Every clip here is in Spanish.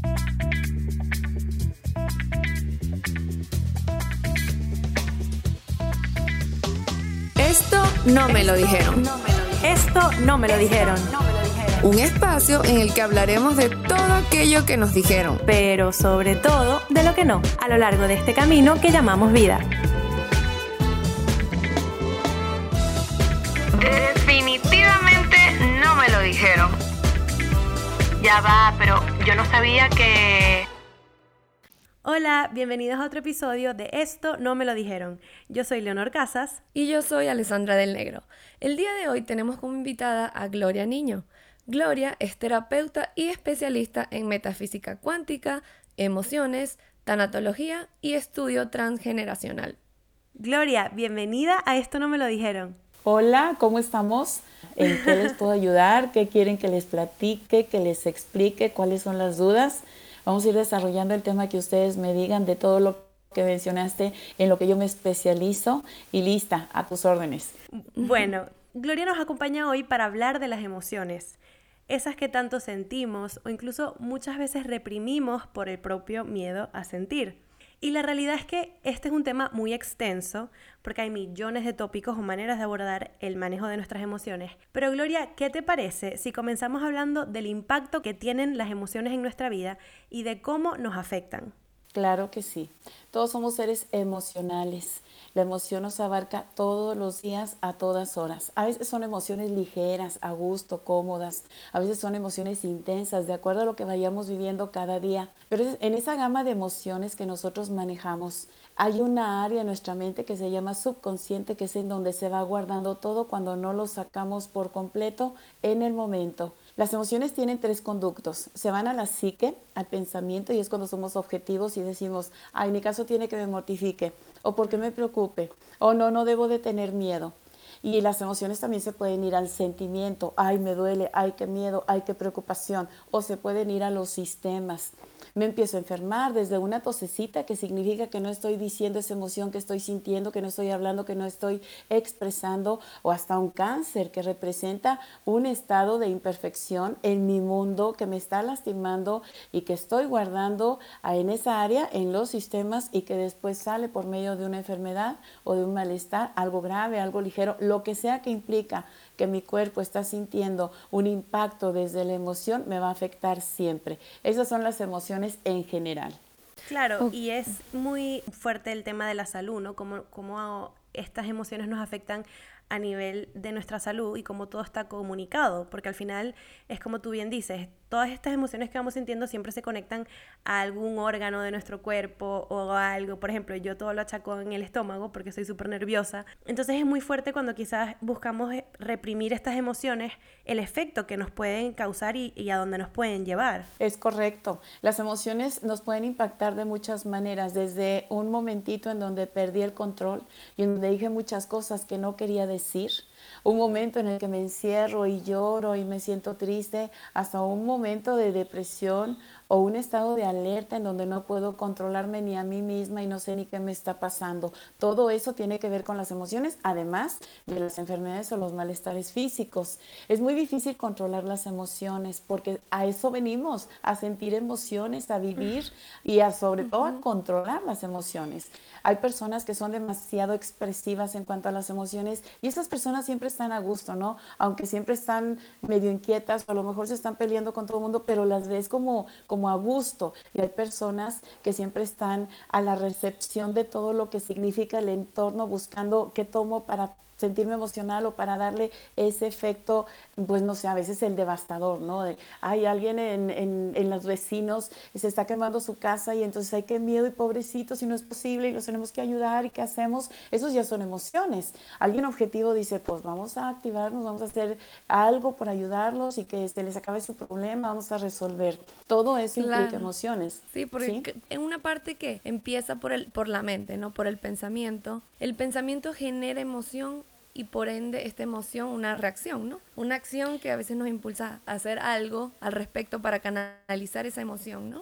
Esto no me lo dijeron. Esto no me lo dijeron. Un espacio en el que hablaremos de todo aquello que nos dijeron, Pero sobre todo de lo que no, a lo largo de este camino que llamamos vida. Definitivamente no me lo dijeron. Ya va, pero yo no sabía que... Hola, bienvenidos a otro episodio de Esto no me lo dijeron. Yo soy Leonor Casas. y yo soy Alessandra del Negro. El día de hoy tenemos como invitada a Gloria Niño. Gloria es terapeuta y especialista en metafísica cuántica, emociones, tanatología y estudio transgeneracional. Gloria, bienvenida a Esto no me lo dijeron. Hola, ¿cómo estamos? ¿En qué les puedo ayudar? ¿Qué quieren que les platique, que les explique? ¿Cuáles son las dudas? Vamos a ir desarrollando el tema que ustedes me digan de todo lo que mencionaste, en lo que yo me especializo y lista, a tus órdenes. Bueno, Gloria nos acompaña hoy para hablar de las emociones, esas que tanto sentimos o incluso muchas veces reprimimos por el propio miedo a sentir. Y la realidad es que este es un tema muy extenso porque hay millones de tópicos o maneras de abordar el manejo de nuestras emociones. Pero Gloria, ¿qué te parece si comenzamos hablando del impacto que tienen las emociones en nuestra vida y de cómo nos afectan? Claro que sí. Todos somos seres emocionales. La emoción nos abarca todos los días, a todas horas. A veces son emociones ligeras, a gusto, cómodas. A veces son emociones intensas, de acuerdo a lo que vayamos viviendo cada día. Pero en esa gama de emociones que nosotros manejamos, hay una área en nuestra mente que se llama subconsciente, que es en donde se va guardando todo cuando no lo sacamos por completo en el momento. Las emociones tienen tres conductos. Se van a la psique, al pensamiento, y es cuando somos objetivos y decimos, ay, mi caso tiene que me mortifique, o porque me preocupe, o no debo de tener miedo. Y las emociones también se pueden ir al sentimiento, ay, me duele, ay, qué miedo, ay, qué preocupación, o se pueden ir a los sistemas. Me empiezo a enfermar desde una tosecita, que significa que no estoy diciendo esa emoción que estoy sintiendo, que no estoy hablando, que no estoy expresando, o hasta un cáncer que representa un estado de imperfección en mi mundo que me está lastimando y que estoy guardando en esa área, en los sistemas, y que después sale por medio de una enfermedad o de un malestar, algo grave, algo ligero, lo que sea que implica que mi cuerpo está sintiendo un impacto desde la emoción, me va a afectar siempre. Esas son las emociones en general. Claro, y es muy fuerte el tema de la salud, ¿no? Cómo estas emociones nos afectan a nivel de nuestra salud y cómo todo está comunicado, porque al final es como tú bien dices, todas estas emociones que vamos sintiendo siempre se conectan a algún órgano de nuestro cuerpo o a algo. Por ejemplo, yo todo lo achaco en el estómago porque soy súper nerviosa. Entonces es muy fuerte cuando quizás buscamos reprimir estas emociones, el efecto que nos pueden causar y a dónde nos pueden llevar. Es correcto. Las emociones nos pueden impactar de muchas maneras, desde un momentito en donde perdí el control y en donde dije muchas cosas que no quería decir, un momento en el que me encierro y lloro y me siento triste, hasta un momento de depresión o un estado de alerta en donde no puedo controlarme ni a mí misma y no sé ni qué me está pasando. Todo eso tiene que ver con las emociones, además de las enfermedades o los malestares físicos. Es muy difícil controlar las emociones porque a eso venimos, a sentir emociones, a vivir y sobre todo a controlar las emociones. Hay personas que son demasiado expresivas en cuanto a las emociones y esas personas siempre están a gusto, ¿no? Aunque siempre están medio inquietas o a lo mejor se están peleando con todo el mundo, pero las ves como a gusto. Y hay personas que siempre están a la recepción de todo lo que significa el entorno, buscando qué tomo para sentirme emocional o para darle ese efecto, pues no sé, a veces el devastador, ¿no? Hay alguien en los vecinos, se está quemando su casa y entonces hay que miedo y pobrecito, si no es posible y los tenemos que ayudar y qué hacemos. Esos ya son emociones. Alguien objetivo dice, pues vamos a activarnos, vamos a hacer algo por ayudarlos y que les acabe su problema, vamos a resolver. Todo eso implica emociones. Sí, porque en una parte que empieza por la mente, ¿no? Por el pensamiento. El pensamiento genera emoción y por ende esta emoción una reacción, ¿no? Una acción que a veces nos impulsa a hacer algo al respecto para canalizar esa emoción, ¿no?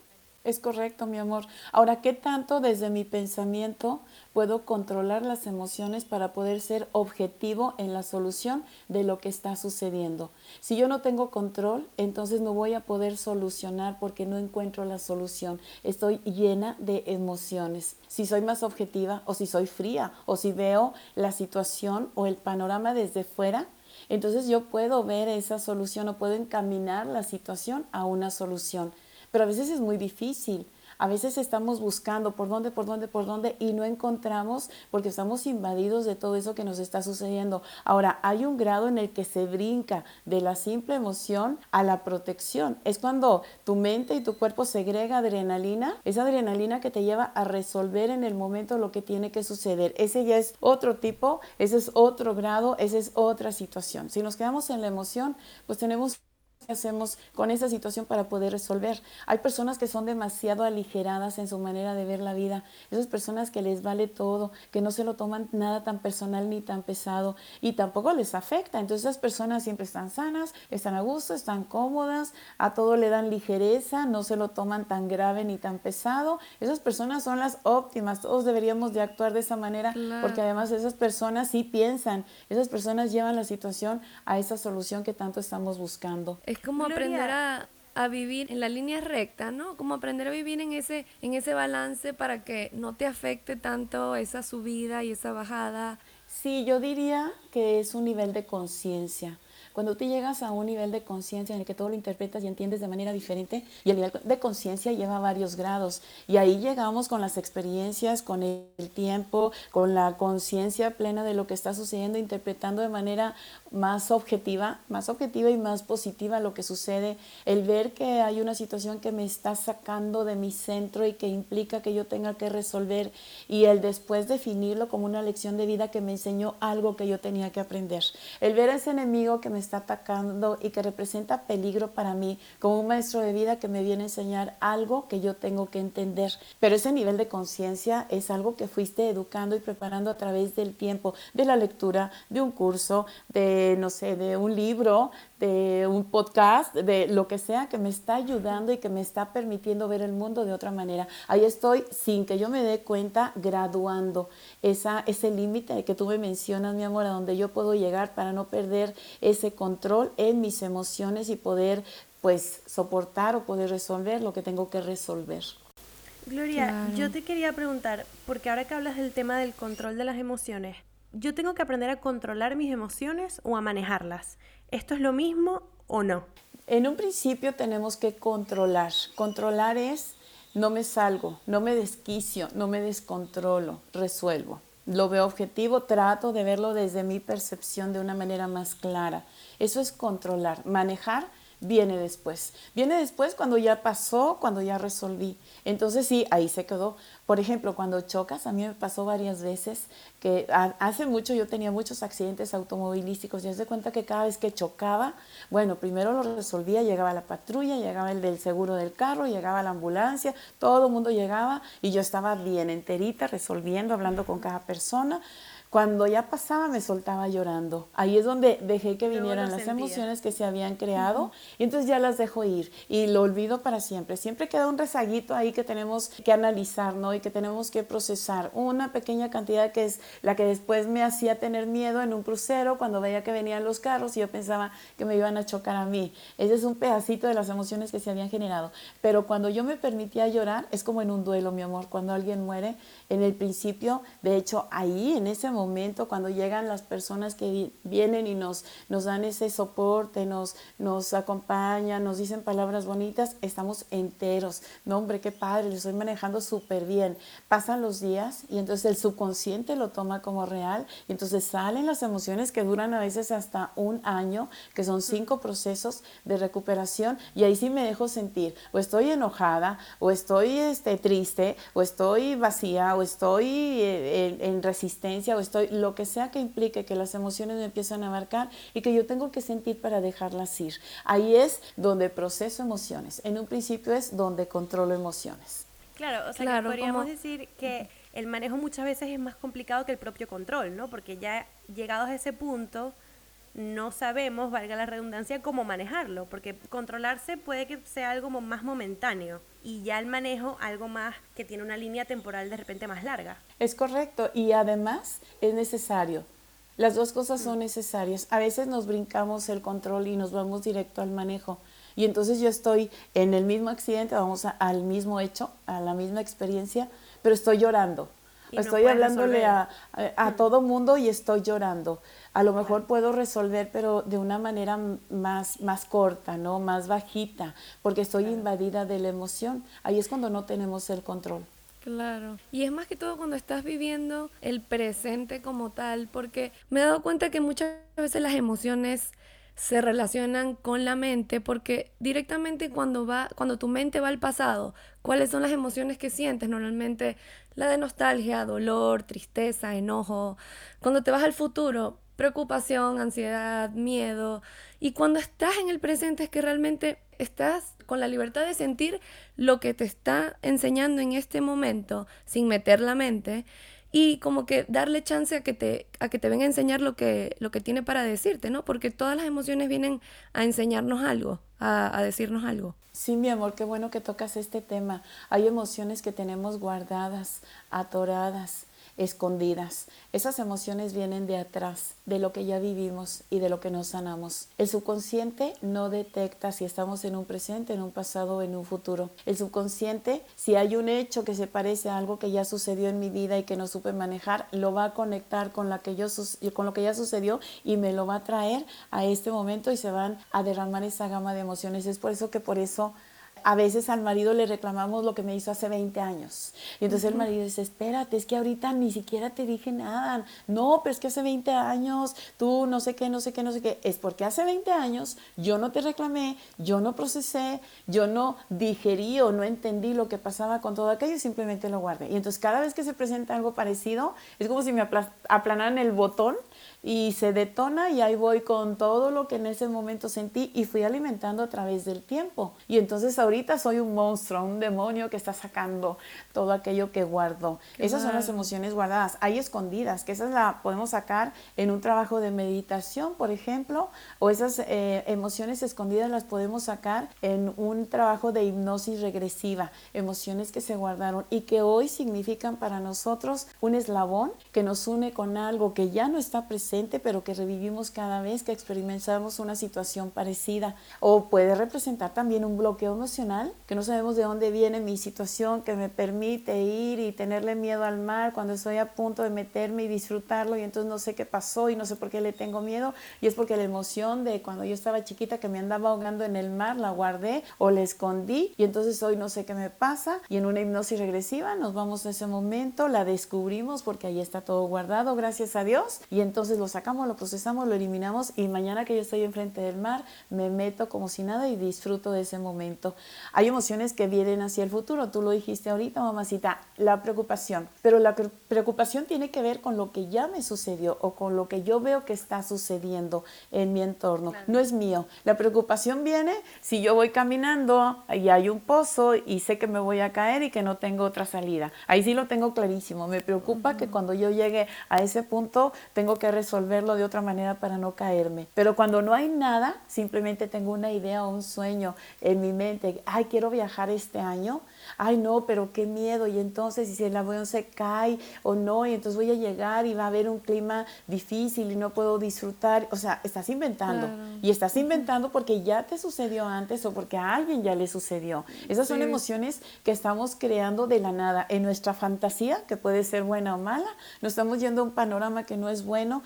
Es correcto, mi amor. Ahora, ¿qué tanto desde mi pensamiento puedo controlar las emociones para poder ser objetivo en la solución de lo que está sucediendo? Si yo no tengo control, entonces no voy a poder solucionar porque no encuentro la solución. Estoy llena de emociones. Si soy más objetiva o si soy fría o si veo la situación o el panorama desde fuera, entonces yo puedo ver esa solución o puedo encaminar la situación a una solución. Pero a veces es muy difícil. A veces estamos buscando por dónde y no encontramos porque estamos invadidos de todo eso que nos está sucediendo. Ahora, hay un grado en el que se brinca de la simple emoción a la protección. Es cuando tu mente y tu cuerpo segrega adrenalina, esa adrenalina que te lleva a resolver en el momento lo que tiene que suceder. Ese ya es otro tipo, ese es otro grado, esa es otra situación. Si nos quedamos en la emoción, pues tenemos hacemos con esa situación para poder resolver. Hay personas que son demasiado aligeradas en su manera de ver la vida, esas personas que les vale todo, que no se lo toman nada tan personal ni tan pesado y tampoco les afecta. Entonces esas personas siempre están sanas, están a gusto, están cómodas, a todo le dan ligereza, no se lo toman tan grave ni tan pesado. Esas personas son las óptimas, todos deberíamos de actuar de esa manera, claro, porque además esas personas sí piensan, esas personas llevan la situación a esa solución que tanto estamos buscando. Es como Gloria, aprender a vivir en la línea recta, ¿no? Como aprender a vivir en ese balance para que no te afecte tanto esa subida y esa bajada. Sí, yo diría que es un nivel de conciencia. Cuando tú llegas a un nivel de conciencia en el que todo lo interpretas y entiendes de manera diferente, y el nivel de conciencia lleva varios grados, y ahí llegamos con las experiencias, con el tiempo, con la conciencia plena de lo que está sucediendo, interpretando de manera más objetiva y más positiva lo que sucede, el ver que hay una situación que me está sacando de mi centro y que implica que yo tenga que resolver, y el después definirlo como una lección de vida que me enseñó algo que yo tenía que aprender. El ver a ese enemigo que me está atacando y que representa peligro para mí como un maestro de vida que me viene a enseñar algo que yo tengo que entender. Pero ese nivel de conciencia es algo que fuiste educando y preparando a través del tiempo, de la lectura, de un curso, de, no sé, de un libro, de un podcast, de lo que sea que me está ayudando y que me está permitiendo ver el mundo de otra manera. Ahí estoy, sin que yo me dé cuenta, graduando ese límite que tú me mencionas, mi amor, a donde yo puedo llegar para no perder ese control en mis emociones y poder, pues, soportar o poder resolver lo que tengo que resolver. Gloria, Claro. yo te quería preguntar, porque ahora que hablas del tema del control de las emociones, ¿yo tengo que aprender a controlar mis emociones o a manejarlas? ¿Esto es lo mismo o no? En un principio tenemos que controlar. Controlar es no me salgo, no me desquicio, no me descontrolo, resuelvo. Lo veo objetivo, trato de verlo desde mi percepción de una manera más clara. Eso es controlar. Manejar viene después. Viene después cuando ya pasó, cuando ya resolví. Entonces sí, ahí se quedó. Por ejemplo, cuando chocas, a mí me pasó varias veces que hace mucho yo tenía muchos accidentes automovilísticos y haz de cuenta que cada vez que chocaba, bueno, primero lo resolvía, llegaba la patrulla, llegaba el del seguro del carro, llegaba la ambulancia, todo el mundo llegaba y yo estaba bien enterita resolviendo, hablando con cada persona. Cuando ya pasaba me soltaba llorando. Ahí es donde dejé que vinieran las emociones que se habían creado y entonces ya las dejo ir y lo olvido para siempre. Siempre queda un rezaguito ahí que tenemos que analizar, ¿no? Y que tenemos que procesar. Una pequeña cantidad que es la que después me hacía tener miedo en un crucero cuando veía que venían los carros y yo pensaba que me iban a chocar a mí. Ese es un pedacito de las emociones que se habían generado. Pero cuando yo me permitía llorar, es como en un duelo, mi amor. Cuando alguien muere, en el principio, de hecho, ahí, en ese momento, cuando llegan las personas que vienen y nos dan ese soporte, nos acompañan, nos dicen palabras bonitas, estamos enteros. No, hombre, qué padre, lo estoy manejando súper bien. Pasan los días y entonces el subconsciente lo toma como real y entonces salen las emociones que duran a veces hasta un año, que son 5 procesos de recuperación y ahí sí me dejo sentir. O estoy enojada, o estoy triste, o estoy vacía, o estoy en resistencia, o estoy lo que sea que implique que las emociones me empiezan a marcar y que yo tengo que sentir para dejarlas ir. Ahí es donde proceso emociones. En un principio es donde controlo emociones. Claro, o sea, que podríamos decir que el manejo muchas veces es más complicado que el propio control, ¿no? Porque ya llegados a ese punto, no sabemos, valga la redundancia, cómo manejarlo, porque controlarse puede que sea algo más momentáneo y ya el manejo algo más que tiene una línea temporal de repente más larga. Es correcto, y además es necesario. Las dos cosas son necesarias. A veces nos brincamos el control y nos vamos directo al manejo. Y entonces yo estoy en el mismo accidente, vamos al mismo hecho, a la misma experiencia, pero estoy llorando. Y estoy no hablándole a todo mundo y estoy llorando. A lo mejor puedo resolver, pero de una manera más corta, ¿no? Más bajita, porque estoy invadida de la emoción. Ahí es cuando no tenemos el control. Claro. Y es más que todo cuando estás viviendo el presente como tal, porque me he dado cuenta que muchas veces las emociones se relacionan con la mente, porque directamente cuando tu mente va al pasado, ¿cuáles son las emociones que sientes? Normalmente la de nostalgia, dolor, tristeza, enojo. Cuando te vas al futuro, preocupación, ansiedad, miedo. Y cuando estás en el presente es que realmente estás con la libertad de sentir lo que te está enseñando en este momento, sin meter la mente, y como que darle chance a que te venga a enseñar lo que tiene para decirte, ¿no? Porque todas las emociones vienen a enseñarnos algo, a decirnos algo. Sí, mi amor, qué bueno que tocas este tema. Hay emociones que tenemos guardadas, atoradas, escondidas. Esas emociones vienen de atrás, de lo que ya vivimos y de lo que nos sanamos. El subconsciente no detecta si estamos en un presente, en un pasado o en un futuro. El subconsciente, si hay un hecho que se parece a algo que ya sucedió en mi vida y que no supe manejar, lo va a conectar con lo que ya sucedió y me lo va a traer a este momento y se van a derramar esa gama de emociones. Es por eso a veces al marido le reclamamos lo que me hizo hace 20 años. Y entonces el marido dice, espérate, es que ahorita ni siquiera te dije nada. No, pero es que hace 20 años tú no sé qué. Es porque hace 20 años yo no te reclamé, yo no procesé, yo no digerí o no entendí lo que pasaba con todo aquello y simplemente lo guardé. Y entonces cada vez que se presenta algo parecido, es como si me aplanaran el botón y se detona y ahí voy con todo lo que en ese momento sentí y fui alimentando a través del tiempo. Y entonces ahorita soy un monstruo, un demonio que está sacando todo aquello que guardó. Claro. Esas son las emociones guardadas, hay escondidas, que esas la podemos sacar en un trabajo de meditación, por ejemplo, o esas emociones escondidas las podemos sacar en un trabajo de hipnosis regresiva, emociones que se guardaron y que hoy significan para nosotros un eslabón que nos une con algo que ya no está presente, pero que revivimos cada vez que experimentamos una situación parecida. O puede representar también un bloqueo emocional, que no sabemos de dónde viene mi situación, que me permite ir y tenerle miedo al mar cuando estoy a punto de meterme y disfrutarlo y entonces no sé qué pasó y no sé por qué le tengo miedo y es porque la emoción de cuando yo estaba chiquita que me andaba ahogando en el mar la guardé o la escondí y entonces hoy no sé qué me pasa y en una hipnosis regresiva nos vamos a ese momento, la descubrimos porque ahí está todo guardado, gracias a Dios, y entonces lo sacamos, lo procesamos, lo eliminamos y mañana que yo estoy enfrente del mar me meto como si nada y disfruto de ese momento. Hay emociones que vienen hacia el futuro, tú lo dijiste ahorita, mamacita, la preocupación, pero la preocupación tiene que ver con lo que ya me sucedió o con lo que yo veo que está sucediendo en mi entorno, claro. No es mío. La preocupación viene si yo voy caminando y hay un pozo y sé que me voy a caer y que no tengo otra salida. Ahí sí lo tengo clarísimo, me preocupa que cuando yo llegue a ese punto tengo que resolverlo de otra manera para no caerme. Pero cuando no hay nada, simplemente tengo una idea o un sueño en mi mente. Ay, quiero viajar este año. Ay, no, pero qué miedo. Y entonces, si el avión se cae o no, y entonces voy a llegar y va a haber un clima difícil y no puedo disfrutar. O sea, estás inventando. Claro. Y estás inventando porque ya te sucedió antes o porque a alguien ya le sucedió. Esas son emociones que estamos creando de la nada. En nuestra fantasía, que puede ser buena o mala, nos estamos yendo a un panorama que no es bueno.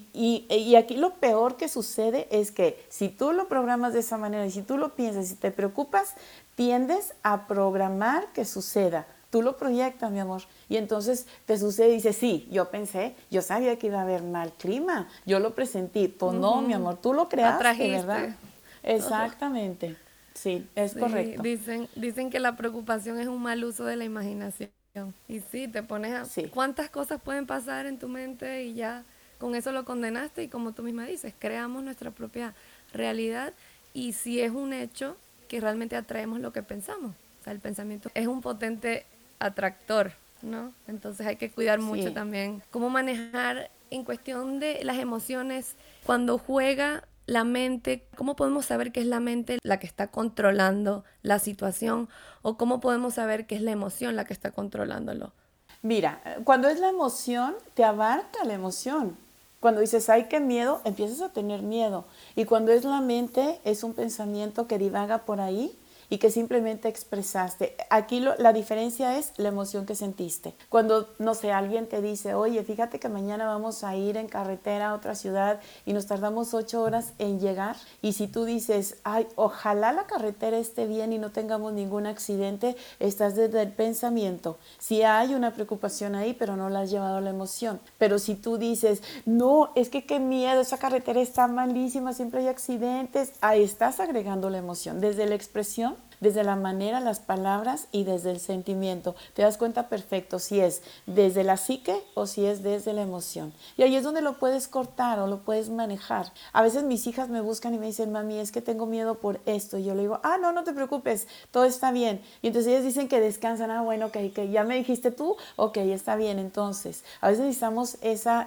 Y aquí lo peor que sucede es que si tú lo programas de esa manera y si tú lo piensas y te preocupas, tiendes a programar que suceda. Tú lo proyectas, mi amor, y entonces te sucede y dices, sí, yo pensé, yo sabía que iba a haber mal clima, yo lo presentí. Pues no, mi amor, tú lo creaste, ¿verdad? Exactamente, sí, es correcto. Dicen que la preocupación es un mal uso de la imaginación. Y sí, te pones a... Sí. ¿Cuántas cosas pueden pasar en tu mente y ya con eso lo condenaste? Y como tú misma dices, creamos nuestra propia realidad y si es un hecho que realmente atraemos lo que pensamos. O sea, el pensamiento es un potente atractor, ¿no? Entonces hay que cuidar mucho también cómo manejar En cuestión de las emociones, cuando juega la mente, ¿cómo podemos saber que es la mente la que está controlando la situación? ¿O cómo podemos saber que es la emoción la que está controlándolo? Mira, cuando es la emoción, te abarca la emoción. Cuando dices, ay, qué miedo, empiezas a tener miedo. Y cuando es la mente, es un pensamiento que divaga por ahí y que simplemente expresaste. Aquí la diferencia es la emoción que sentiste. Cuando, no sé, alguien te dice, oye, fíjate que mañana vamos a ir en carretera a otra ciudad y nos tardamos 8 horas en llegar. Y si tú dices, ay, ojalá la carretera esté bien y no tengamos ningún accidente, estás desde el pensamiento. Sí hay una preocupación ahí, pero no la has llevado a la emoción. Pero si tú dices, no, es que qué miedo, esa carretera está malísima, siempre hay accidentes, ahí estás agregando la emoción. Desde la expresión, desde la manera, las palabras y desde el sentimiento. Te das cuenta perfecto si es desde la psique o si es desde la emoción. Y ahí es donde lo puedes cortar o lo puedes manejar. A veces mis hijas me buscan y me dicen, mami, es que tengo miedo por esto. Y yo le digo, no, no te preocupes, todo está bien. Y entonces ellas dicen que descansan. Bueno, ok, que ya me dijiste tú, ok, está bien. Entonces, a veces necesitamos esa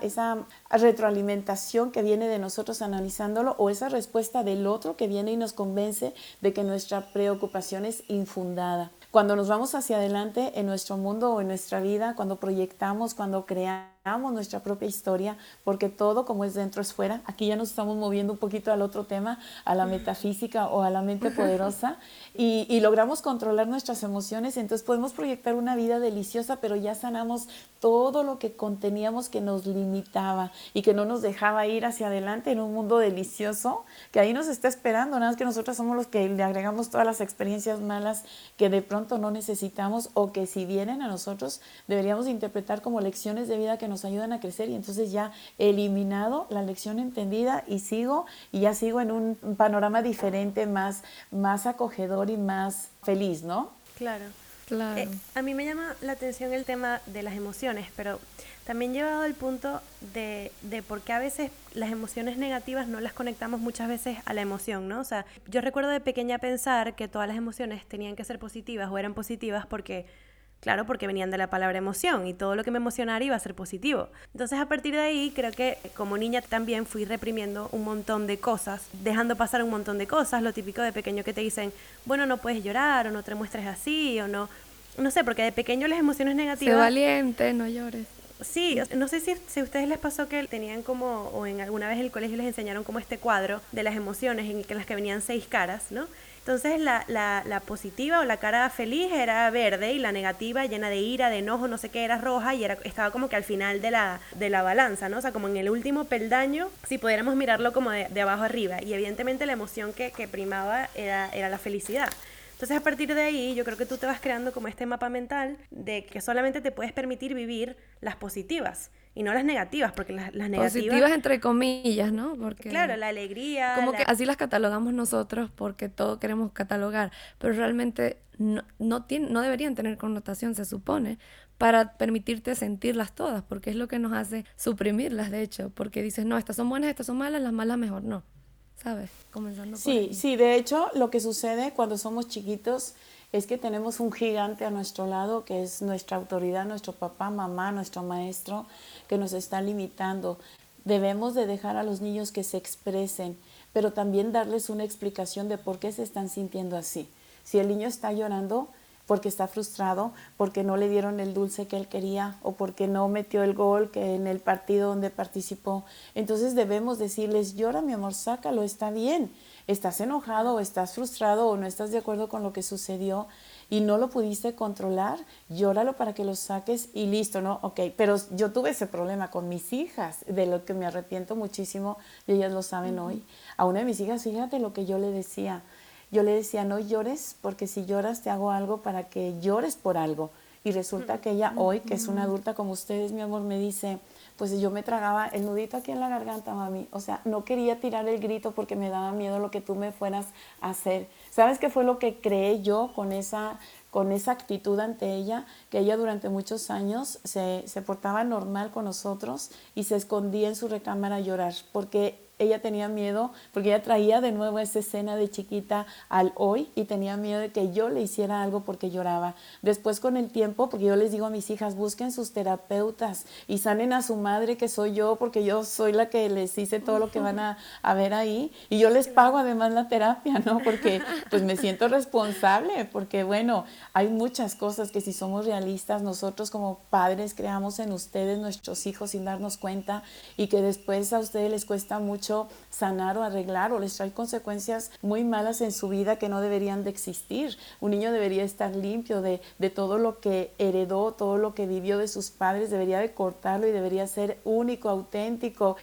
retroalimentación que viene de nosotros analizándolo o esa respuesta del otro que viene y nos convence de que nuestra preocupación es infundada. Cuando nos vamos hacia adelante en nuestro mundo o en nuestra vida, cuando proyectamos, cuando creamos nuestra propia historia, porque todo como es dentro es fuera. Aquí ya nos estamos moviendo un poquito al otro tema, a la metafísica o a la mente poderosa, y logramos controlar nuestras emociones, entonces podemos proyectar una vida deliciosa, pero ya sanamos todo lo que conteníamos que nos limitaba y que no nos dejaba ir hacia adelante en un mundo delicioso que ahí nos está esperando. Nada más que nosotros somos los que le agregamos todas las experiencias malas que de pronto no necesitamos o que si vienen a nosotros deberíamos interpretar como lecciones de vida que nos ayudan a crecer, y entonces ya he eliminado la lección entendida y ya sigo en un panorama diferente, más acogedor y más feliz, ¿no? Claro. Claro. A mí me llama la atención el tema de las emociones, pero también llevado al punto de por qué a veces las emociones negativas no las conectamos muchas veces a la emoción, ¿no? O sea, yo recuerdo de pequeña pensar que todas las emociones tenían que ser positivas o eran positivas porque venían de la palabra emoción y todo lo que me emocionara iba a ser positivo. Entonces, a partir de ahí, creo que como niña también fui reprimiendo un montón de cosas, dejando pasar un montón de cosas, lo típico de pequeño que te dicen, bueno, no puedes llorar o no te muestres así o no sé, porque de pequeño las emociones negativas... Sé valiente, no llores. Sí, no sé si a ustedes les pasó que tenían como, o en alguna vez en el colegio les enseñaron como este cuadro de las emociones en las que venían 6 caras, ¿no? Entonces la positiva o la cara feliz era verde y la negativa llena de ira, de enojo, no sé qué, era roja y estaba como que al final de la balanza, ¿no? O sea, como en el último peldaño, si pudiéramos mirarlo como de abajo arriba. Y evidentemente la emoción que primaba era la felicidad. Entonces, a partir de ahí, yo creo que tú te vas creando como este mapa mental de que solamente te puedes permitir vivir las positivas y no las negativas, porque las negativas... Positivas entre comillas, ¿no? Porque claro, la alegría... como que así las catalogamos nosotros porque todo queremos catalogar, pero realmente no deberían tener connotación, se supone, para permitirte sentirlas todas, porque es lo que nos hace suprimirlas, de hecho, porque dices, no, estas son buenas, estas son malas, las malas mejor no. ¿Sabes? Comenzando por ahí. Sí, de hecho, lo que sucede cuando somos chiquitos es que tenemos un gigante a nuestro lado, que es nuestra autoridad, nuestro papá, mamá, nuestro maestro, que nos está limitando. Debemos de dejar a los niños que se expresen, pero también darles una explicación de por qué se están sintiendo así. Si el niño está llorando porque está frustrado, porque no le dieron el dulce que él quería o porque no metió el gol que en el partido donde participó, entonces debemos decirles, llora mi amor, sácalo, está bien. Estás enojado o estás frustrado o no estás de acuerdo con lo que sucedió y no lo pudiste controlar, llóralo para que lo saques y listo, ¿no? Ok, pero yo tuve ese problema con mis hijas, de lo que me arrepiento muchísimo y ellas lo saben hoy. A una de mis hijas, fíjate lo que yo le decía, no llores porque si lloras te hago algo para que llores por algo. Y resulta que ella hoy, que es una adulta como ustedes, mi amor, me dice, pues yo me tragaba el nudito aquí en la garganta, mami. O sea, no quería tirar el grito porque me daba miedo lo que tú me fueras a hacer. ¿Sabes qué fue lo que creé yo con esa actitud ante ella? Que ella durante muchos años se portaba normal con nosotros y se escondía en su recámara a llorar porque ella tenía miedo porque ella traía de nuevo esa escena de chiquita al hoy y tenía miedo de que yo le hiciera algo porque lloraba. Después con el tiempo, porque yo les digo a mis hijas, busquen sus terapeutas y sanen a su madre, que soy yo, porque yo soy la que les hice todo lo que van a ver ahí, y yo les pago además la terapia, ¿no? Porque pues me siento responsable, porque bueno, hay muchas cosas que si somos realistas, nosotros como padres creamos en ustedes nuestros hijos sin darnos cuenta, y que después a ustedes les cuesta mucho sanar o arreglar, o les trae consecuencias muy malas en su vida que no deberían de existir. Un niño debería estar limpio de todo lo que heredó, todo lo que vivió de sus padres, debería de cortarlo y debería ser único, auténtico,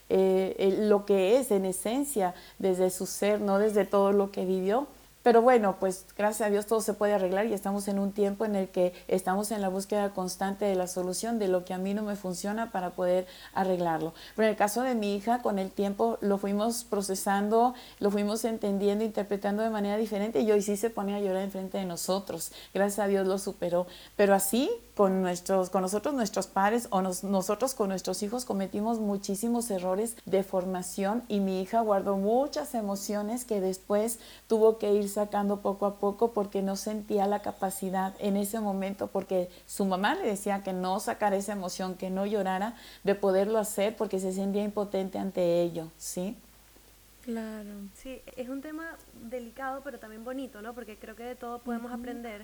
lo que es en esencia desde su ser, no desde todo lo que vivió. Pero bueno, pues gracias a Dios todo se puede arreglar y estamos en un tiempo en el que estamos en la búsqueda constante de la solución de lo que a mí no me funciona para poder arreglarlo. Pero en el caso de mi hija, con el tiempo lo fuimos procesando, lo fuimos entendiendo, interpretando de manera diferente, y hoy sí se pone a llorar enfrente de nosotros. Gracias a Dios lo superó. Pero así, con nosotros, nuestros padres, o nosotros con nuestros hijos cometimos muchísimos errores de formación, y mi hija guardó muchas emociones que después tuvo que ir sacando poco a poco porque no sentía la capacidad en ese momento, porque su mamá le decía que no sacara esa emoción, que no llorara, de poderlo hacer porque se sentía impotente ante ello, ¿sí? Claro. Sí, es un tema delicado pero también bonito, ¿no? Porque creo que de todo podemos aprender.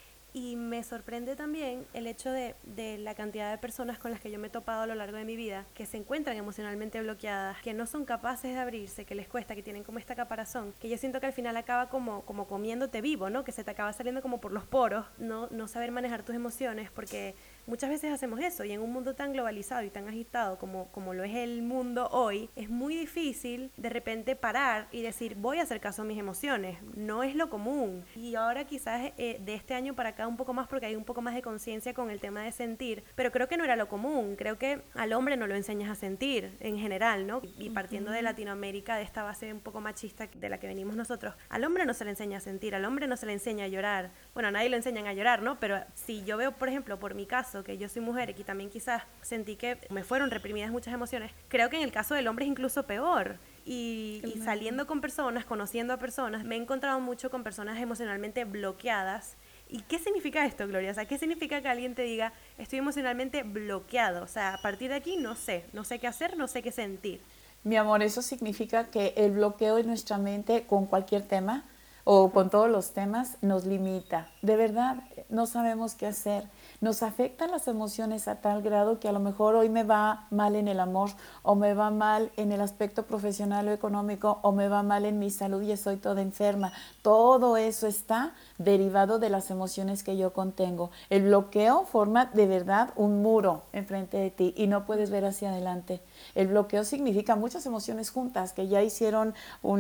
Y me sorprende también el hecho de la cantidad de personas con las que yo me he topado a lo largo de mi vida, que se encuentran emocionalmente bloqueadas, que no son capaces de abrirse, que les cuesta, que tienen como esta caparazón, que yo siento que al final acaba como comiéndote vivo, ¿no? Que se te acaba saliendo como por los poros, no saber manejar tus emociones, porque muchas veces hacemos eso, y en un mundo tan globalizado y tan agitado como lo es el mundo hoy, es muy difícil de repente parar y decir, voy a hacer caso a mis emociones. No es lo común. Y ahora quizás de este año para acá un poco más, porque hay un poco más de conciencia con el tema de sentir, pero creo que no era lo común. Creo que al hombre no lo enseñas a sentir en general, ¿no? Y partiendo de Latinoamérica, de esta base un poco machista de la que venimos nosotros, al hombre no se le enseña a sentir, al hombre no se le enseña a llorar. Bueno, a nadie lo enseñan a llorar, ¿no? Pero si yo veo, por ejemplo, por mi caso, que yo soy mujer y también quizás sentí que me fueron reprimidas muchas emociones, creo que en el caso del hombre es incluso peor. Y saliendo con personas, conociendo a personas, me he encontrado mucho con personas emocionalmente bloqueadas. ¿Y qué significa esto, Gloria? O sea, ¿qué significa que alguien te diga, estoy emocionalmente bloqueado? O sea, a partir de aquí no sé qué hacer, no sé qué sentir. Mi amor, eso significa que el bloqueo en nuestra mente con cualquier tema o con todos los temas nos limita. De verdad, no sabemos qué hacer. Nos afectan las emociones a tal grado que a lo mejor hoy me va mal en el amor, o me va mal en el aspecto profesional o económico, o me va mal en mi salud y estoy toda enferma. Todo eso está derivado de las emociones que yo contengo. El bloqueo forma de verdad un muro enfrente de ti y no puedes ver hacia adelante. El bloqueo significa muchas emociones juntas que ya hicieron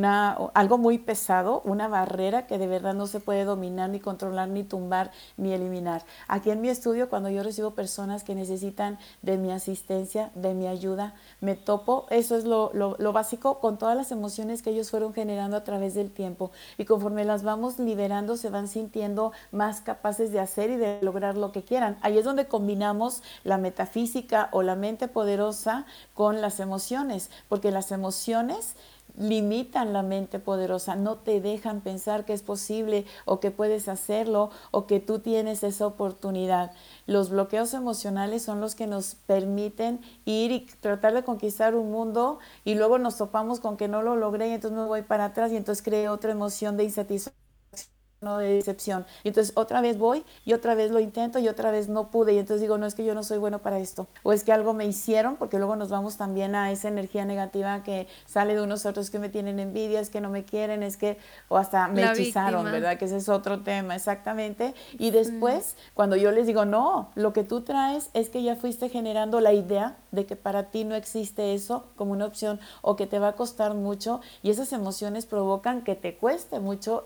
algo muy pesado, una barrera que de verdad no se puede dominar, ni controlar, ni tumbar, ni eliminar. Aquí en mi estudio, cuando yo recibo personas que necesitan de mi asistencia, de mi ayuda, me topo, eso es lo básico, con todas las emociones que ellos fueron generando a través del tiempo, y conforme las vamos liberando se van sintiendo más capaces de hacer y de lograr lo que quieran. Ahí es donde combinamos la metafísica o la mente poderosa con las emociones, porque las emociones limitan la mente poderosa, no te dejan pensar que es posible o que puedes hacerlo o que tú tienes esa oportunidad. Los bloqueos emocionales son los que nos permiten ir y tratar de conquistar un mundo, y luego nos topamos con que no lo logré y entonces me voy para atrás y entonces creo otra emoción de insatisfacción, no, de decepción, y entonces otra vez voy y otra vez lo intento y otra vez no pude, y entonces digo, no, es que yo no soy bueno para esto, o es que algo me hicieron, porque luego nos vamos también a esa energía negativa que sale de unos otros, que me tienen envidia, es que no me quieren, es que, o hasta me hechizaron, ¿verdad? Que ese es otro tema, exactamente. Y después, cuando yo les digo, no, lo que tú traes es que ya fuiste generando la idea de que para ti no existe eso como una opción, o que te va a costar mucho, y esas emociones provocan que te cueste mucho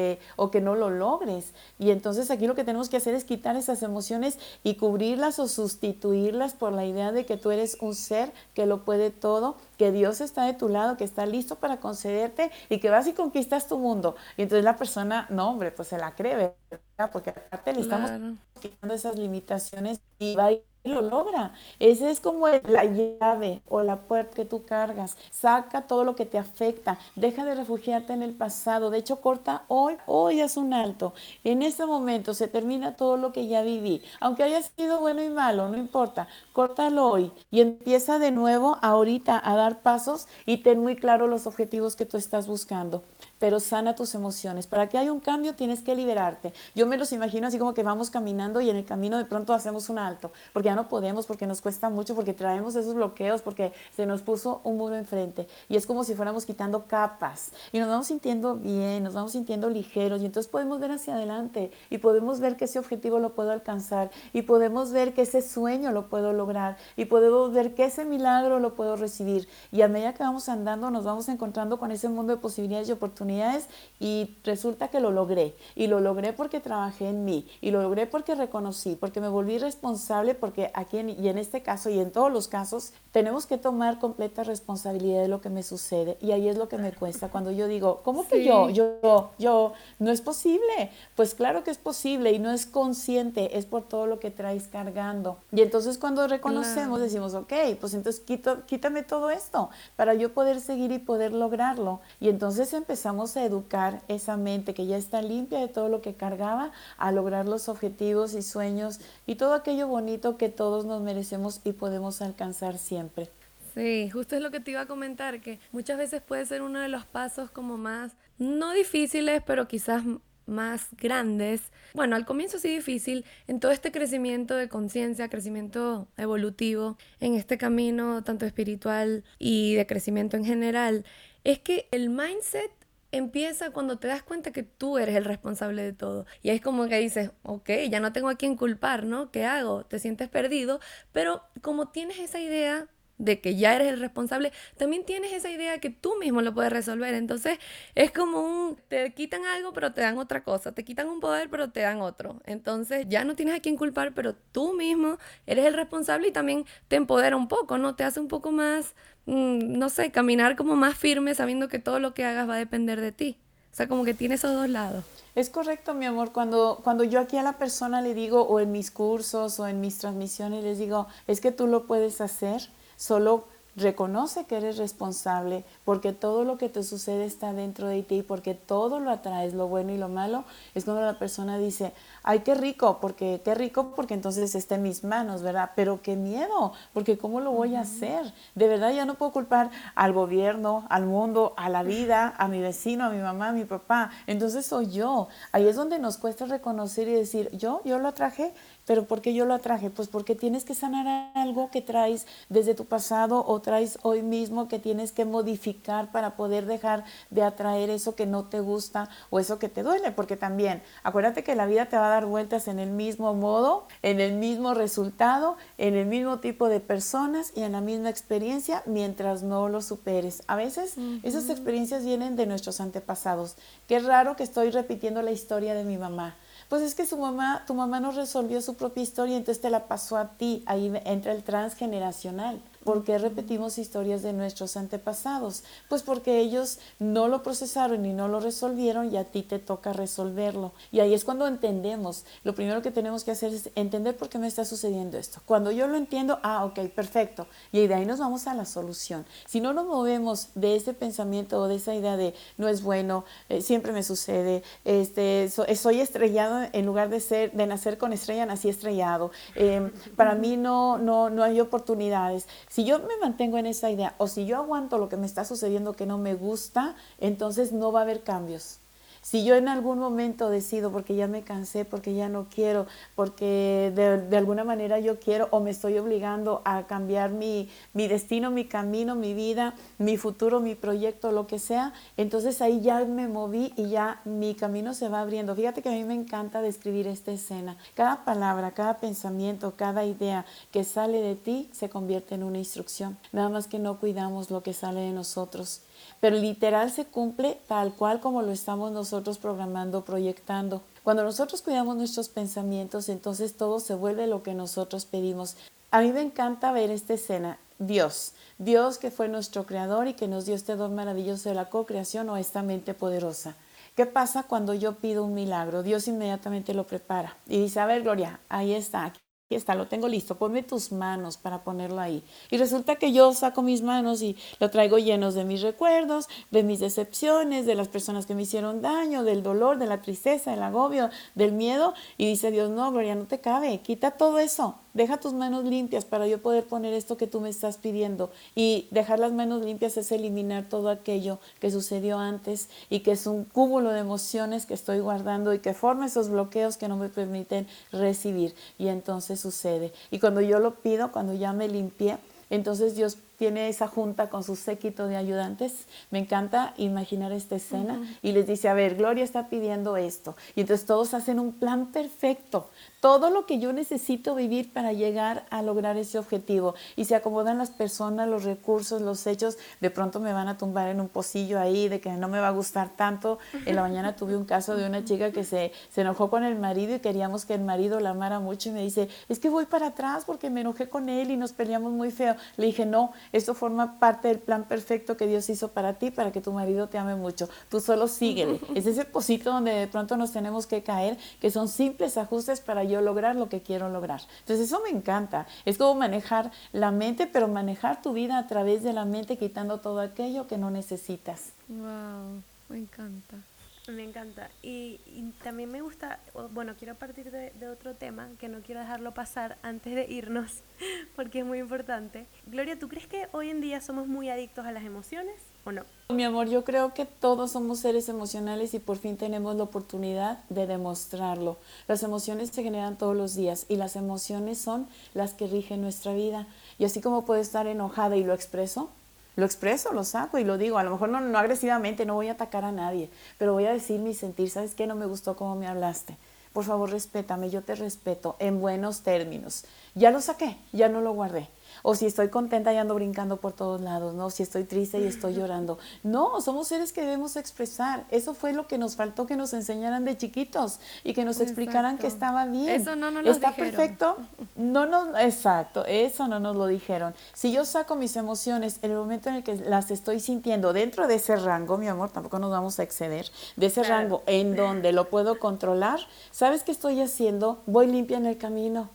o que no lo logres. Y entonces aquí lo que tenemos que hacer es quitar esas emociones y cubrirlas o sustituirlas por la idea de que tú eres un ser que lo puede todo, que Dios está de tu lado, que está listo para concederte y que vas y conquistas tu mundo. Y entonces la persona, no, hombre, pues se la cree, ¿verdad? Porque aparte le estamos quitando esas limitaciones y va a ir lo logra. Esa es como la llave o la puerta que tú cargas. Saca todo lo que te afecta. Deja de refugiarte en el pasado. De hecho, corta hoy haz un alto. En este momento se termina todo lo que ya viví. Aunque haya sido bueno y malo, no importa. Córtalo hoy y empieza de nuevo ahorita a dar pasos y ten muy claro los objetivos que tú estás buscando. Pero sana tus emociones. Para que haya un cambio tienes que liberarte. Yo me los imagino así como que vamos caminando y en el camino de pronto hacemos un alto, porque ya no podemos, porque nos cuesta mucho, porque traemos esos bloqueos, porque se nos puso un muro enfrente. Y es como si fuéramos quitando capas y nos vamos sintiendo bien, nos vamos sintiendo ligeros y entonces podemos ver hacia adelante y podemos ver que ese objetivo lo puedo alcanzar y podemos ver que ese sueño lo puedo lograr y podemos ver que ese milagro lo puedo recibir. Y a medida que vamos andando nos vamos encontrando con ese mundo de posibilidades y oportunidades y resulta que lo logré. Y lo logré porque trabajé en mí y lo logré porque reconocí, porque me volví responsable, porque aquí y en este caso y en todos los casos tenemos que tomar completa responsabilidad de lo que me sucede y ahí es lo que me cuesta cuando yo digo, ¿cómo que yo? No es posible. Pues claro que es posible y no es consciente, es por todo lo que traes cargando. Y entonces cuando reconocemos decimos, ok, pues entonces quítame todo esto para yo poder seguir y poder lograrlo. Y entonces empezamos a educar esa mente que ya está limpia de todo lo que cargaba a lograr los objetivos y sueños y todo aquello bonito que todos nos merecemos y podemos alcanzar siempre. Sí, justo es lo que te iba a comentar, que muchas veces puede ser uno de los pasos como más, no difíciles, pero quizás más grandes. Bueno, al comienzo sí difícil, en todo este crecimiento de conciencia, crecimiento evolutivo, en este camino tanto espiritual y de crecimiento en general, es que el mindset empieza cuando te das cuenta que tú eres el responsable de todo. Y es como que dices, ok, ya no tengo a quién culpar, ¿no? ¿Qué hago? Te sientes perdido, pero como tienes esa idea de que ya eres el responsable, también tienes esa idea que tú mismo lo puedes resolver. Entonces es como te quitan algo pero te dan otra cosa, te quitan un poder pero te dan otro. Entonces ya no tienes a quién culpar, pero tú mismo eres el responsable y también te empodera un poco, ¿no? Te hace un poco más, no sé, caminar como más firme sabiendo que todo lo que hagas va a depender de ti. O sea, como que tiene esos dos lados. Es correcto, mi amor, cuando yo aquí a la persona le digo, o en mis cursos o en mis transmisiones les digo, es que tú lo puedes hacer, solo reconoce que eres responsable porque todo lo que te sucede está dentro de ti, porque todo lo atraes, lo bueno y lo malo. Es cuando la persona dice, ay, qué rico porque entonces está en mis manos, ¿verdad? Pero qué miedo, porque ¿cómo lo voy a hacer? De verdad ya no puedo culpar al gobierno, al mundo, a la vida, a mi vecino, a mi mamá, a mi papá. Entonces soy yo. Ahí es donde nos cuesta reconocer y decir, yo lo atraje. ¿Pero por qué yo lo atraje? Pues porque tienes que sanar algo que traes desde tu pasado o traes hoy mismo que tienes que modificar para poder dejar de atraer eso que no te gusta o eso que te duele. Porque también, acuérdate que la vida te va a dar vueltas en el mismo modo, en el mismo resultado, en el mismo tipo de personas y en la misma experiencia mientras no lo superes. A veces esas experiencias vienen de nuestros antepasados. Qué raro que estoy repitiendo la historia de mi mamá. Pues es que tu mamá no resolvió su propia historia, entonces te la pasó a ti. Ahí entra el transgeneracional. ¿Por qué repetimos historias de nuestros antepasados? Pues porque ellos no lo procesaron y no lo resolvieron y a ti te toca resolverlo. Y ahí es cuando entendemos. Lo primero que tenemos que hacer es entender por qué me está sucediendo esto. Cuando yo lo entiendo, ok, perfecto. Y de ahí nos vamos a la solución. Si no nos movemos de ese pensamiento o de esa idea de no es bueno, siempre me sucede, soy estrellado en lugar de nacer con estrella, nací estrellado. Para mí no hay oportunidades. Si yo me mantengo en esa idea o si yo aguanto lo que me está sucediendo que no me gusta, entonces no va a haber cambios. Si yo en algún momento decido, porque ya me cansé, porque ya no quiero, porque de alguna manera yo quiero o me estoy obligando a cambiar mi destino, mi camino, mi vida, mi futuro, mi proyecto, lo que sea, entonces ahí ya me moví y ya mi camino se va abriendo. Fíjate que a mí me encanta describir esta escena. Cada palabra, cada pensamiento, cada idea que sale de ti se convierte en una instrucción. Nada más que no cuidamos lo que sale de nosotros. Pero literal se cumple tal cual como lo estamos nosotros programando, proyectando. Cuando nosotros cuidamos nuestros pensamientos, entonces todo se vuelve lo que nosotros pedimos. A mí me encanta ver esta escena. Dios que fue nuestro creador y que nos dio este don maravilloso de la co-creación o esta mente poderosa. ¿Qué pasa cuando yo pido un milagro? Dios inmediatamente lo prepara y dice, a ver, Gloria, ahí está, Aquí está, lo tengo listo, ponme tus manos para ponerlo ahí. Y resulta que yo saco mis manos y lo traigo llenos de mis recuerdos, de mis decepciones, de las personas que me hicieron daño, del dolor, de la tristeza, del agobio, del miedo. Y dice Dios, no, Gloria, no te cabe, quita todo eso. Deja tus manos limpias para yo poder poner esto que tú me estás pidiendo. Y dejar las manos limpias es eliminar todo aquello que sucedió antes y que es un cúmulo de emociones que estoy guardando y que forma esos bloqueos que no me permiten recibir. Y entonces sucede. Y cuando yo lo pido, cuando ya me limpié, entonces Dios tiene esa junta con su séquito de ayudantes. Me encanta imaginar esta escena y les dice, a ver, Gloria está pidiendo esto. Y entonces todos hacen un plan perfecto. Todo lo que yo necesito vivir para llegar a lograr ese objetivo. Y se acomodan las personas, los recursos, los hechos. De pronto me van a tumbar en un pocillo ahí de que no me va a gustar tanto. En la mañana tuve un caso de una chica que se enojó con el marido y queríamos que el marido la amara mucho. Y me dice, es que voy para atrás porque me enojé con él y nos peleamos muy feo. Le dije, no, esto forma parte del plan perfecto que Dios hizo para ti, para que tu marido te ame mucho. Tú solo síguele. Es ese pocito donde de pronto nos tenemos que caer, que son simples ajustes para yo lograr lo que quiero lograr. Entonces eso me encanta. Es como manejar la mente, pero manejar tu vida a través de la mente, quitando todo aquello que no necesitas. Wow, me encanta. Me encanta. Y también me gusta, bueno, quiero partir de otro tema que no quiero dejarlo pasar antes de irnos, porque es muy importante. Gloria, ¿tú crees que hoy en día somos muy adictos a las emociones o no? Mi amor, yo creo que todos somos seres emocionales y por fin tenemos la oportunidad de demostrarlo. Las emociones se generan todos los días y las emociones son las que rigen nuestra vida. Y así como puedo estar enojada y lo expreso, lo saco y lo digo. A lo mejor no agresivamente, no voy a atacar a nadie, pero voy a decir mi sentir. ¿Sabes qué? No me gustó cómo me hablaste. Por favor, respétame, yo te respeto en buenos términos. Ya lo saqué, ya no lo guardé. O si estoy contenta y ando brincando por todos lados, ¿no? Si estoy triste y estoy llorando. No, somos seres que debemos expresar. Eso fue lo que nos faltó que nos enseñaran de chiquitos y que nos explicaran que estaba bien. Eso no nos lo ¿Está dijeron. perfecto? Exacto, eso no nos lo dijeron. Si yo saco mis emociones en el momento en el que las estoy sintiendo dentro de ese rango, mi amor, tampoco nos vamos a exceder, de ese rango en donde lo puedo controlar, ¿sabes qué estoy haciendo? Voy limpia en el camino,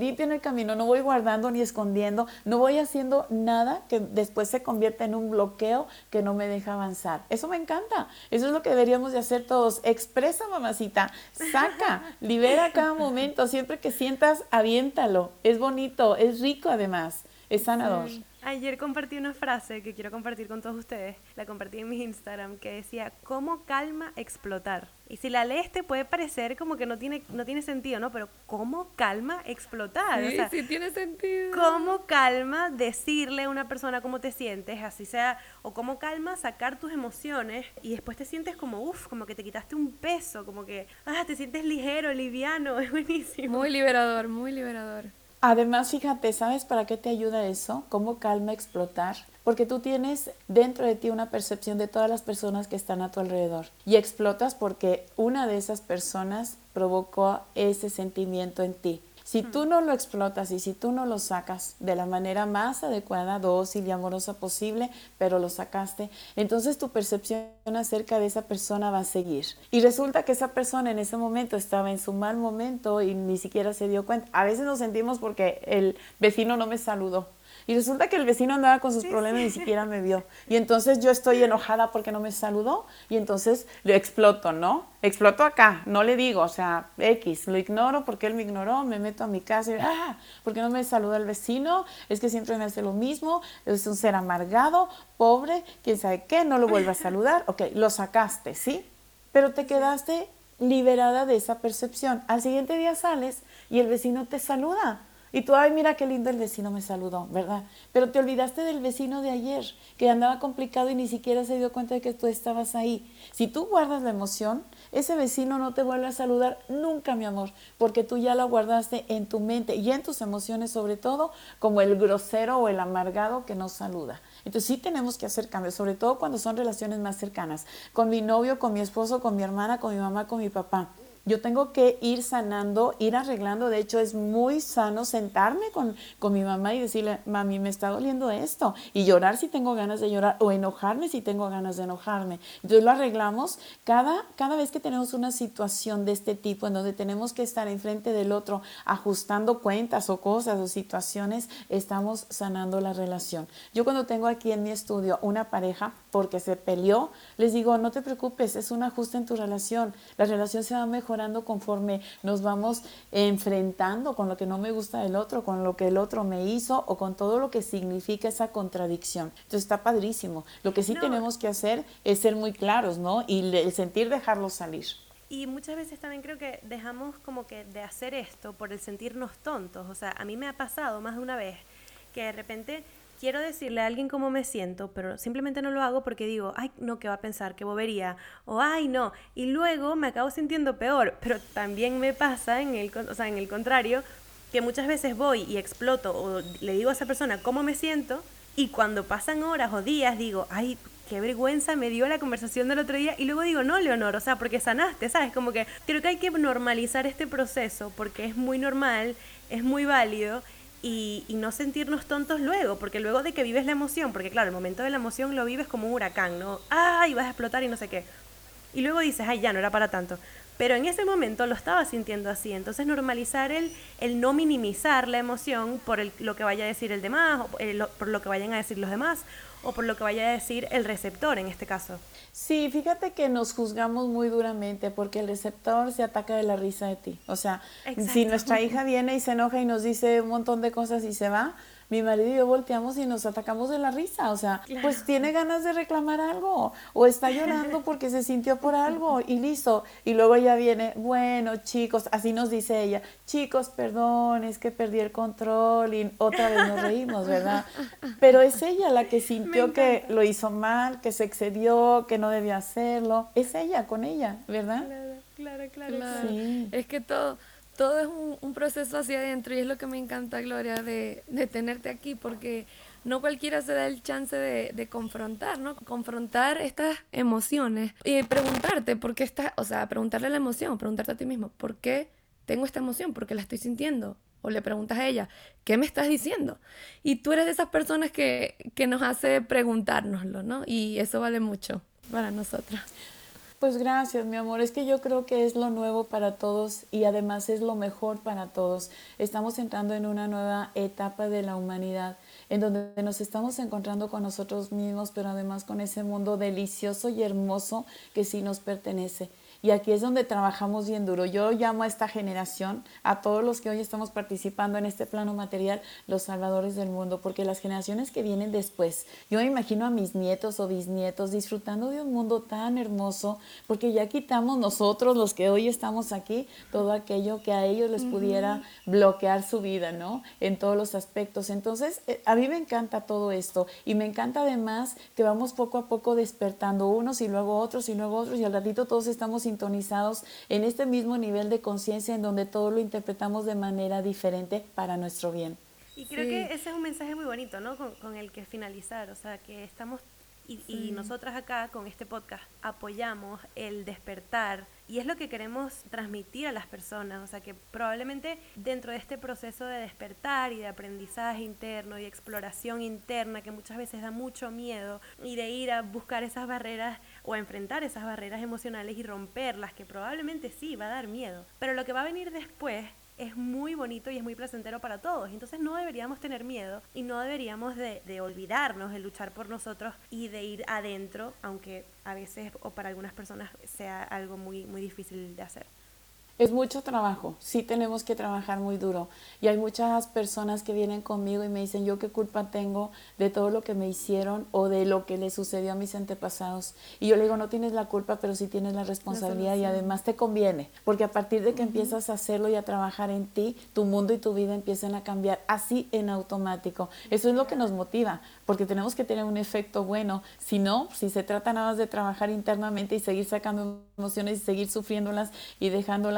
no voy guardando ni escondiendo, no voy haciendo nada que después se convierta en un bloqueo que no me deja avanzar. Eso me encanta, eso es lo que deberíamos de hacer todos. Expresa, mamacita, saca, libera cada momento, siempre que sientas, aviéntalo. Es bonito, es rico además, es sanador. Sí. Ayer compartí una frase que quiero compartir con todos ustedes, la compartí en mi Instagram, que decía, ¿cómo calma explotar? Y si la lees te puede parecer como que no tiene sentido, ¿no? Pero ¿cómo calma explotar? Sí, o sea, sí tiene sentido. ¿cómo calma decirle a una persona cómo te sientes, así sea, o cómo calma sacar tus emociones y después te sientes como, como que te quitaste un peso, como que, te sientes ligero, liviano, es buenísimo. Muy liberador, muy liberador. Además, fíjate, ¿sabes para qué te ayuda eso? ¿Cómo calma explotar? Porque tú tienes dentro de ti una percepción de todas las personas que están a tu alrededor y explotas porque una de esas personas provocó ese sentimiento en ti. Si tú no lo explotas y si tú no lo sacas de la manera más adecuada, dócil y amorosa posible, pero lo sacaste, entonces tu percepción acerca de esa persona va a seguir. Y resulta que esa persona en ese momento estaba en su mal momento y ni siquiera se dio cuenta. A veces nos sentimos porque el vecino no me saludó. Y resulta que el vecino andaba con sus problemas y ni siquiera me vio. Y entonces yo estoy enojada porque no me saludó y entonces lo exploto, ¿no? Exploto acá, no le digo, o sea, X, lo ignoro porque él me ignoró, me meto a mi casa y porque no me saluda el vecino, es que siempre me hace lo mismo, es un ser amargado, pobre, quién sabe qué, no lo vuelve a saludar. Ok, lo sacaste, ¿sí? Pero te quedaste liberada de esa percepción. Al siguiente día sales y el vecino te saluda. Y tú, ay, mira qué lindo el vecino me saludó, ¿verdad? Pero te olvidaste del vecino de ayer, que andaba complicado y ni siquiera se dio cuenta de que tú estabas ahí. Si tú guardas la emoción, ese vecino no te vuelve a saludar nunca, mi amor, porque tú ya la guardaste en tu mente y en tus emociones sobre todo, como el grosero o el amargado que no saluda. Entonces sí tenemos que hacer cambios, sobre todo cuando son relaciones más cercanas, con mi novio, con mi esposo, con mi hermana, con mi mamá, con mi papá. Yo tengo que ir sanando, ir arreglando. De hecho, es muy sano sentarme con mi mamá y decirle, mami, me está doliendo esto. Y llorar si tengo ganas de llorar o enojarme si tengo ganas de enojarme. Entonces lo arreglamos cada vez que tenemos una situación de este tipo en donde tenemos que estar enfrente del otro ajustando cuentas o cosas o situaciones, estamos sanando la relación. Yo cuando tengo aquí en mi estudio una pareja porque se peleó, les digo, no te preocupes, es un ajuste en tu relación. La relación se va mejorando conforme nos vamos enfrentando con lo que no me gusta del otro, con lo que el otro me hizo o con todo lo que significa esa contradicción. Entonces está padrísimo. Lo que sí tenemos que hacer es ser muy claros, ¿no? Y el sentir dejarlo salir. Y muchas veces también creo que dejamos como que de hacer esto por el sentirnos tontos. O sea, a mí me ha pasado más de una vez que de repente quiero decirle a alguien cómo me siento, pero simplemente no lo hago porque digo, ay, no, ¿qué va a pensar? ¿Qué bobería? O ay, no. Y luego me acabo sintiendo peor. Pero también me pasa en el contrario, que muchas veces voy y exploto o le digo a esa persona cómo me siento y cuando pasan horas o días digo, ay, qué vergüenza me dio la conversación del otro día y luego digo, no, Leonor, o sea, porque sanaste, ¿sabes? Como que creo que hay que normalizar este proceso porque es muy normal, es muy válido y no sentirnos tontos luego, porque luego de que vives la emoción, porque claro, el momento de la emoción lo vives como un huracán, ¿no? Ay, vas a explotar y no sé qué. Y luego dices, ay, ya, no era para tanto. Pero en ese momento lo estaba sintiendo así. Entonces normalizar el no minimizar la emoción por lo que vaya a decir el demás, o por lo que vayan a decir los demás, o por lo que vaya a decir el receptor en este caso. Sí, fíjate que nos juzgamos muy duramente porque el receptor se ataca de la risa de ti. O sea, Exacto. Si nuestra hija viene y se enoja y nos dice un montón de cosas y se va, mi marido y yo volteamos y nos atacamos de la risa. O sea, Claro. Pues tiene ganas de reclamar algo o está llorando porque se sintió por algo y listo. Y luego ella viene, bueno, chicos, así nos dice ella, chicos, perdón, es que perdí el control y otra vez nos reímos, ¿verdad? Pero es ella la que sintió que lo hizo mal, que se excedió, que no debía hacerlo. Es ella, con ella, ¿verdad? Claro. Sí. Es que todo es un proceso hacia adentro y es lo que me encanta, Gloria, de tenerte aquí, porque no cualquiera se da el chance de confrontar, ¿no? Confrontar estas emociones y preguntarte por qué estás, o sea, preguntarle a la emoción, preguntarte a ti mismo, ¿por qué tengo esta emoción? ¿Por qué la estoy sintiendo? O le preguntas a ella, ¿qué me estás diciendo? Y tú eres de esas personas que nos hace preguntárnoslo, ¿no? Y eso vale mucho para nosotras. Pues gracias, mi amor. Es que yo creo que es lo nuevo para todos y además es lo mejor para todos. Estamos entrando en una nueva etapa de la humanidad en donde nos estamos encontrando con nosotros mismos, pero además con ese mundo delicioso y hermoso que sí nos pertenece. Y aquí es donde trabajamos bien duro. Yo llamo a esta generación, a todos los que hoy estamos participando en este plano material, los salvadores del mundo, porque las generaciones que vienen después, yo me imagino a mis nietos o bisnietos disfrutando de un mundo tan hermoso, porque ya quitamos nosotros, los que hoy estamos aquí, todo aquello que a ellos les pudiera bloquear su vida, ¿no? En todos los aspectos. Entonces, a mí me encanta todo esto y me encanta además que vamos poco a poco despertando unos y luego otros y al ratito todos estamos sintonizados en este mismo nivel de conciencia en donde todo lo interpretamos de manera diferente para nuestro bien. Y creo que ese es un mensaje muy bonito, ¿no? Con el que finalizar, o sea, que estamos, y nosotras acá con este podcast apoyamos el despertar y es lo que queremos transmitir a las personas, o sea, que probablemente dentro de este proceso de despertar y de aprendizaje interno y exploración interna que muchas veces da mucho miedo y de ir a buscar esas barreras o a enfrentar esas barreras emocionales y romperlas, que probablemente sí va a dar miedo, pero lo que va a venir después es muy bonito y es muy placentero para todos. Entonces no deberíamos tener miedo y no deberíamos de olvidarnos de luchar por nosotros y de ir adentro, aunque a veces o para algunas personas sea algo muy, muy difícil de hacer. Es mucho trabajo, sí tenemos que trabajar muy duro y hay muchas personas que vienen conmigo y me dicen yo qué culpa tengo de todo lo que me hicieron o de lo que le sucedió a mis antepasados y yo le digo no tienes la culpa pero sí tienes la responsabilidad y además te conviene porque a partir de que empiezas a hacerlo y a trabajar en ti, tu mundo y tu vida empiezan a cambiar así en automático. Eso es lo que nos motiva porque tenemos que tener un efecto bueno, si no, si se trata nada más de trabajar internamente y seguir sacando emociones y seguir sufriéndolas y dejándolas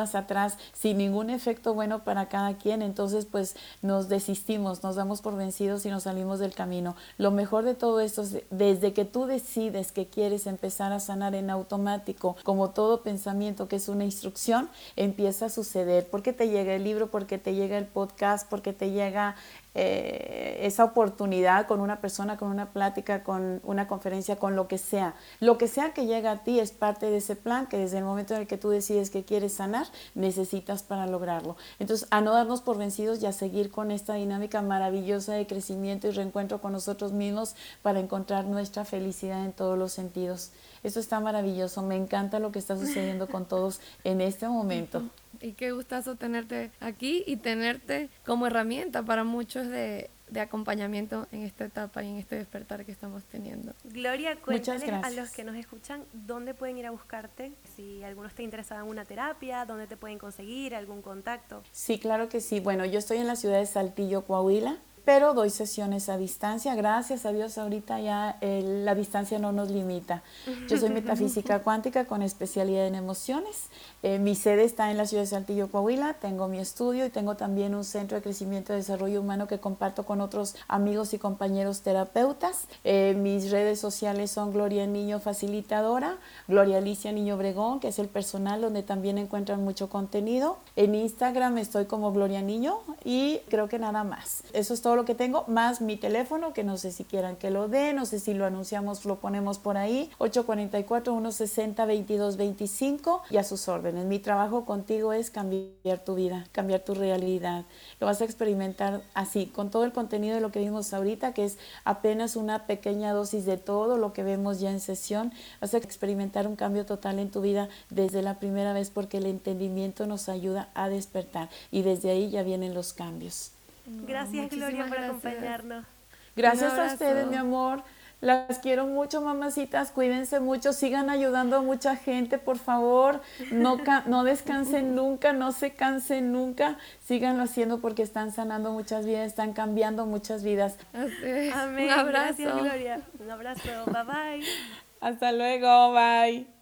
semanas atrás sin ningún efecto bueno para cada quien, entonces pues nos desistimos, nos damos por vencidos y nos salimos del camino. Lo mejor de todo esto es desde que tú decides que quieres empezar a sanar en automático, como todo pensamiento que es una instrucción, empieza a suceder, porque te llega el libro, porque te llega el podcast, porque te llega esa oportunidad con una persona, con una plática, con una conferencia, con lo que sea. Lo que sea que llega a ti es parte de ese plan que desde el momento en el que tú decides que quieres sanar, necesitas para lograrlo. Entonces, a no darnos por vencidos y a seguir con esta dinámica maravillosa de crecimiento y reencuentro con nosotros mismos para encontrar nuestra felicidad en todos los sentidos. Eso está maravilloso. Me encanta lo que está sucediendo con todos en este momento. Y qué gustazo tenerte aquí y tenerte como herramienta para muchos de acompañamiento en esta etapa y en este despertar que estamos teniendo. Gloria, cuéntales a los que nos escuchan dónde pueden ir a buscarte, si alguno está interesado en una terapia, dónde te pueden conseguir, algún contacto. Sí, claro que sí. Bueno, yo estoy en la ciudad de Saltillo, Coahuila, pero doy sesiones a distancia. Gracias a Dios ahorita ya la distancia no nos limita. Yo soy metafísica cuántica con especialidad en emociones. Mi sede está en la ciudad de Saltillo, Coahuila. Tengo mi estudio y tengo también un centro de crecimiento y desarrollo humano que comparto con otros amigos y compañeros terapeutas. Mis redes sociales son Gloria Niño Facilitadora, Gloria Alicia Niño Obregón, que es el personal donde también encuentran mucho contenido. En Instagram estoy como Gloria Niño y creo que nada más. Eso es todo lo que tengo, más mi teléfono, que no sé si quieran que lo dé, no sé si lo anunciamos, lo ponemos por ahí, 844-160-2225 y a sus órdenes. Mi trabajo contigo es cambiar tu vida, cambiar tu realidad. Lo vas a experimentar así, con todo el contenido de lo que vimos ahorita, que es apenas una pequeña dosis de todo lo que vemos ya en sesión. Vas a experimentar un cambio total en tu vida desde la primera vez, porque el entendimiento nos ayuda a despertar y desde ahí ya vienen los cambios. Gracias, Gloria, por acompañarnos. Gracias a ustedes, mi amor. Las quiero mucho, mamacitas. Cuídense mucho. Sigan ayudando a mucha gente, por favor. No descansen nunca, no se cansen nunca. Síganlo haciendo porque están sanando muchas vidas, están cambiando muchas vidas. Amén. Un abrazo. Gracias, Gloria. Un abrazo. Bye, bye. Hasta luego. Bye.